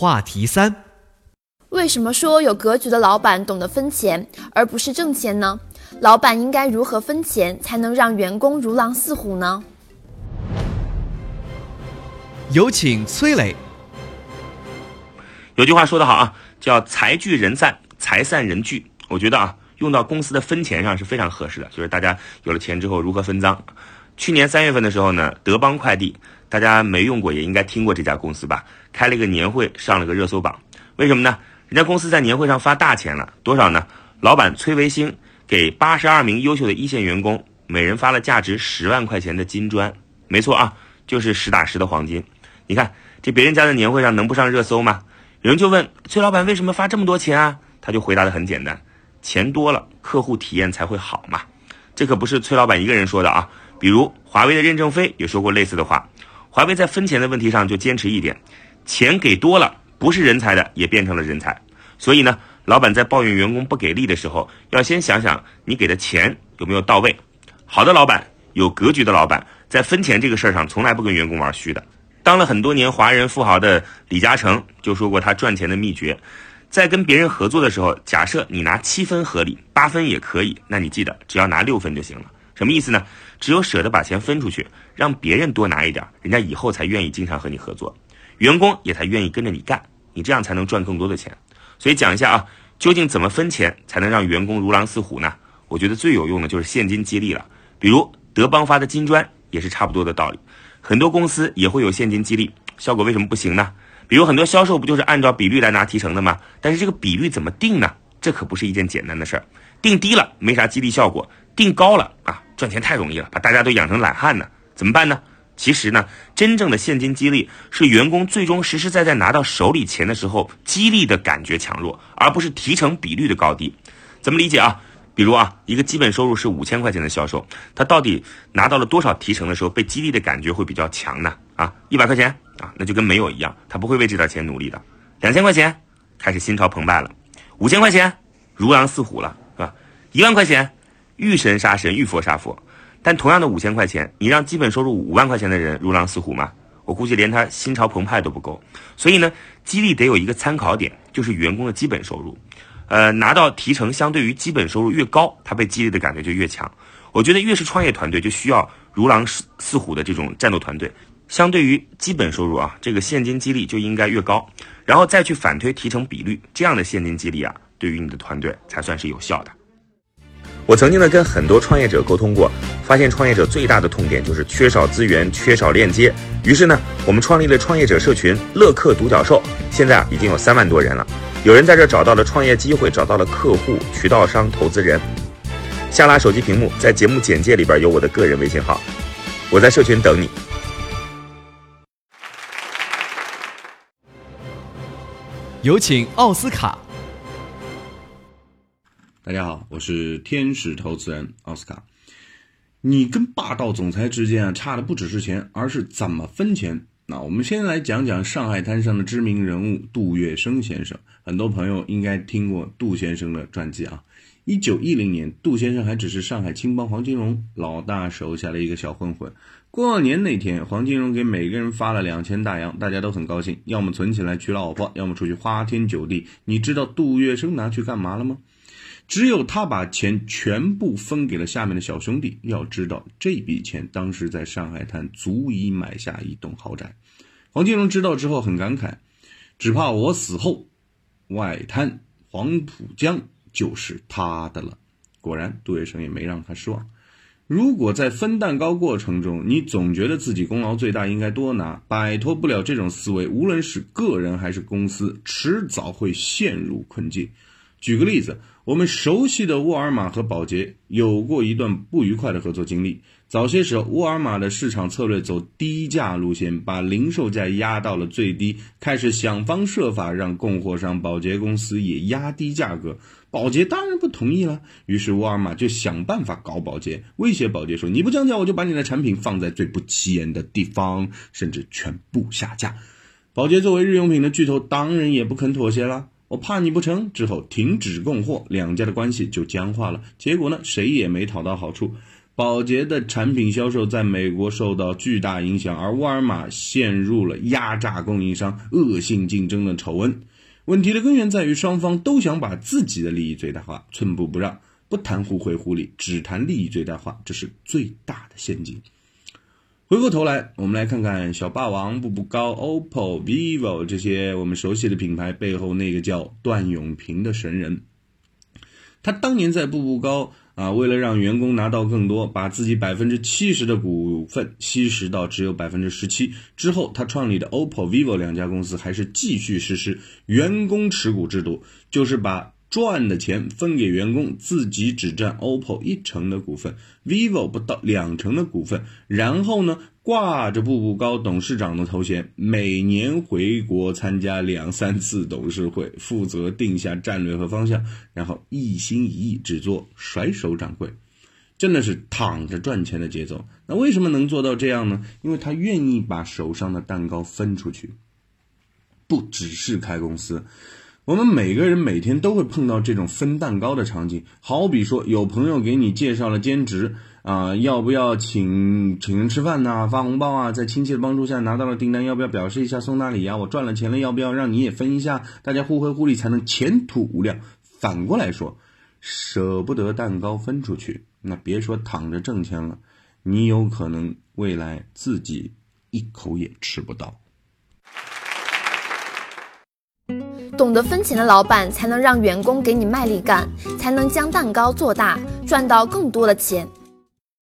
话题3： 为什么说有格局的老板懂得分钱，而不是挣钱呢？老板应该如何分钱，才能让员工如狼似虎呢？ 有请崔磊。 有句话说得好啊，叫财聚人散，财散人聚。我觉得用到公司的分钱上是非常合适的，就是大家有了钱之后如何分赃。去年3月份的时候呢，德邦快递，大家没用过也应该听过这家公司吧，开了一个年会，上了个热搜榜。为什么呢？人家公司在年会上发大钱了，多少呢？老板崔维兴给82名优秀的一线员工每人发了价值10万块钱的金砖。没错就是实打实的黄金。你看这别人家的年会上能不上热搜吗？有人就问崔老板为什么发这么多钱啊？他就回答得很简单，钱多了客户体验才会好嘛。这可不是崔老板一个人说的比如华为的任正非也说过类似的话。华为在分钱的问题上就坚持一点，钱给多了不是人才的也变成了人才。所以呢，老板在抱怨员工不给力的时候，要先想想你给的钱有没有到位。好的老板，有格局的老板，在分钱这个事儿上从来不跟员工玩虚的。当了很多年华人富豪的李嘉诚就说过他赚钱的秘诀，在跟别人合作的时候，假设你拿7分合理，8分也可以，那你记得只要拿6分就行了。什么意思呢？只有舍得把钱分出去，让别人多拿一点，人家以后才愿意经常和你合作，员工也才愿意跟着你干，你这样才能赚更多的钱。所以讲一下究竟怎么分钱才能让员工如狼似虎呢？我觉得最有用的就是现金激励了。比如德邦发的金砖也是差不多的道理，很多公司也会有现金激励，效果为什么不行呢？比如很多销售不就是按照比率来拿提成的吗？但是这个比率怎么定呢？这可不是一件简单的事儿。定低了没啥激励效果，定高了赚钱太容易了，把大家都养成懒汉呢，怎么办呢？其实呢，真正的现金激励是员工最终实实在在拿到手里钱的时候，激励的感觉强弱，而不是提成比率的高低。怎么理解比如一个基本收入是5000块钱的销售，他到底拿到了多少提成的时候，被激励的感觉会比较强呢？100块钱那就跟没有一样，他不会为这点钱努力的。2000块钱开始心潮澎湃了，5000块钱如狼似虎了，1万块钱遇神杀神，遇佛杀佛。但同样的5000块钱，你让基本收入5万块钱的人如狼似虎吗？我估计连他心潮澎湃都不够。所以呢，激励得有一个参考点，就是员工的基本收入。拿到提成相对于基本收入越高，他被激励的感觉就越强。我觉得越是创业团队就需要如狼似虎的这种战斗团队。相对于基本收入这个现金激励就应该越高，然后再去反推提成比率，这样的现金激励对于你的团队才算是有效的。我曾经呢跟很多创业者沟通过，发现创业者最大的痛点就是缺少资源，缺少链接。于是呢，我们创立了创业者社群乐客独角兽，现在已经有3万多人了。有人在这找到了创业机会，找到了客户、渠道商、投资人。下拉手机屏幕，在节目简介里边有我的个人微信号，我在社群等你。 有请奥斯卡。 大家好，我是天使投资人奥斯卡。你跟霸道总裁之间差的不只是钱，而是怎么分钱。那我们先来讲讲上海滩上的知名人物杜月笙先生。很多朋友应该听过杜先生的传记1910年，杜先生还只是上海青帮黄金荣老大手下的一个小混混。过年那天，黄金荣给每个人发了2000大洋，大家都很高兴，要么存起来娶老婆，要么出去花天酒地。你知道杜月笙拿去干嘛了吗？只有他把钱全部分给了下面的小兄弟。要知道这笔钱当时在上海滩足以买下一栋豪宅。黄金荣知道之后很感慨，只怕我死后外滩黄浦江就是他的了。果然杜月笙也没让他失望。如果在分蛋糕过程中你总觉得自己功劳最大，应该多拿，摆脱不了这种思维，无论是个人还是公司，迟早会陷入困境。举个例子，我们熟悉的沃尔玛和宝洁有过一段不愉快的合作经历。早些时候，沃尔玛的市场策略走低价路线，把零售价压到了最低，开始想方设法让供货商宝洁公司也压低价格。宝洁当然不同意了，于是沃尔玛就想办法搞宝洁，威胁宝洁说，你不降价我就把你的产品放在最不起眼的地方，甚至全部下架。宝洁作为日用品的巨头，当然也不肯妥协了，我怕你不成，之后停止供货，两家的关系就僵化了。结果呢，谁也没讨到好处。 宝洁的产品销售在美国受到巨大影响，而沃尔玛陷入了压榨供应商、恶性竞争的丑闻。问题的根源在于双方都想把自己的利益最大化，寸步不让，不谈互惠互利，只谈利益最大化，这是最大的陷阱。回过头来，我们来看看小霸王、步步高、OPPO、vivo 这些我们熟悉的品牌背后那个叫段永平的神人。他当年在步步高为了让员工拿到更多，把自己 70% 的股份稀释到只有 17%。 之后他创立的 OPPO、vivo 两家公司还是继续实施员工持股制度，就是把赚的钱分给员工，自己只占 OPPO 1成的股份， vivo 不到2成的股份，然后呢挂着步步高董事长的头衔，每年回国参加2-3次董事会，负责定下战略和方向，然后一心一意只做甩手掌柜，真的是躺着赚钱的节奏。那为什么能做到这样呢？因为他愿意把手上的蛋糕分出去，不只是开公司。我们每个人每天都会碰到这种分蛋糕的场景，好比说有朋友给你介绍了兼职要不要请人吃饭呢？发红包啊，在亲戚的帮助下拿到了订单，要不要表示一下送大礼啊？我赚了钱了，要不要让你也分一下？大家互惠互利才能前途无量。反过来说，舍不得蛋糕分出去，那别说躺着挣钱了，你有可能未来自己一口也吃不到。 懂得分钱的老板才能让员工给你卖力干，才能将蛋糕做大，赚到更多的钱。